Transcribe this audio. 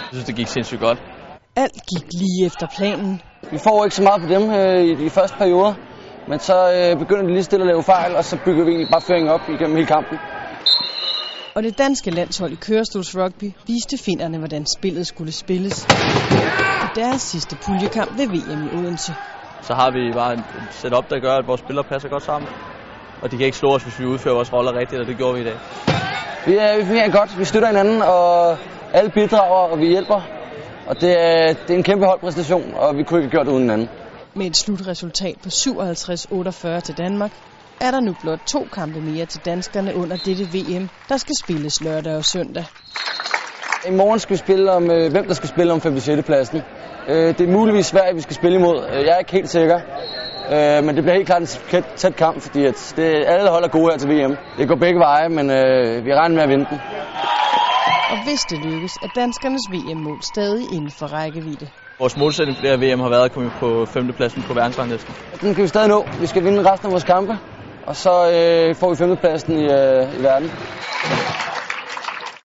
Jeg synes, det gik sindssygt godt. Alt gik lige efter planen. Vi får ikke så meget på dem i de første perioder, men så begynder de lige stille at lave fejl, og så bygger vi egentlig bare føringen op igennem hele kampen. Og det danske landshold i kørestolsrugby viste finnerne, hvordan spillet skulle spilles. I deres sidste puljekamp ved VM i Odense. Så har vi bare en setup, der gør, at vores spillere passer godt sammen. Og de kan ikke slå os, hvis vi udfører vores roller rigtigt, og det gjorde vi i dag. Vi fungerer godt, vi støtter hinanden, og alle bidrager, og vi hjælper. Og det er en kæmpe holdpræstation, og vi kunne ikke have gjort det uden hinanden. Med et slutresultat på 57-48 til Danmark, er der nu blot 2 kampe mere til danskerne under dette VM, der skal spilles lørdag og søndag. I morgen skal vi spille om, hvem der skal spille om 5. og 6. pladsen. Det er muligvis Sverige, vi skal spille imod. Jeg er ikke helt sikker, men det bliver helt klart en tæt kamp, fordi alle hold er gode her til VM. Det går begge veje, men vi regner med at vinde den. Og hvis det lykkes, er danskernes VM-mål stadig inden for rækkevidde. Vores målsætning for det her VM har været at komme på 5. pladsen på verdensranglisten. Den kan vi stadig nå. Vi skal vinde resten af vores kampe, og så får vi 5. pladsen i verden.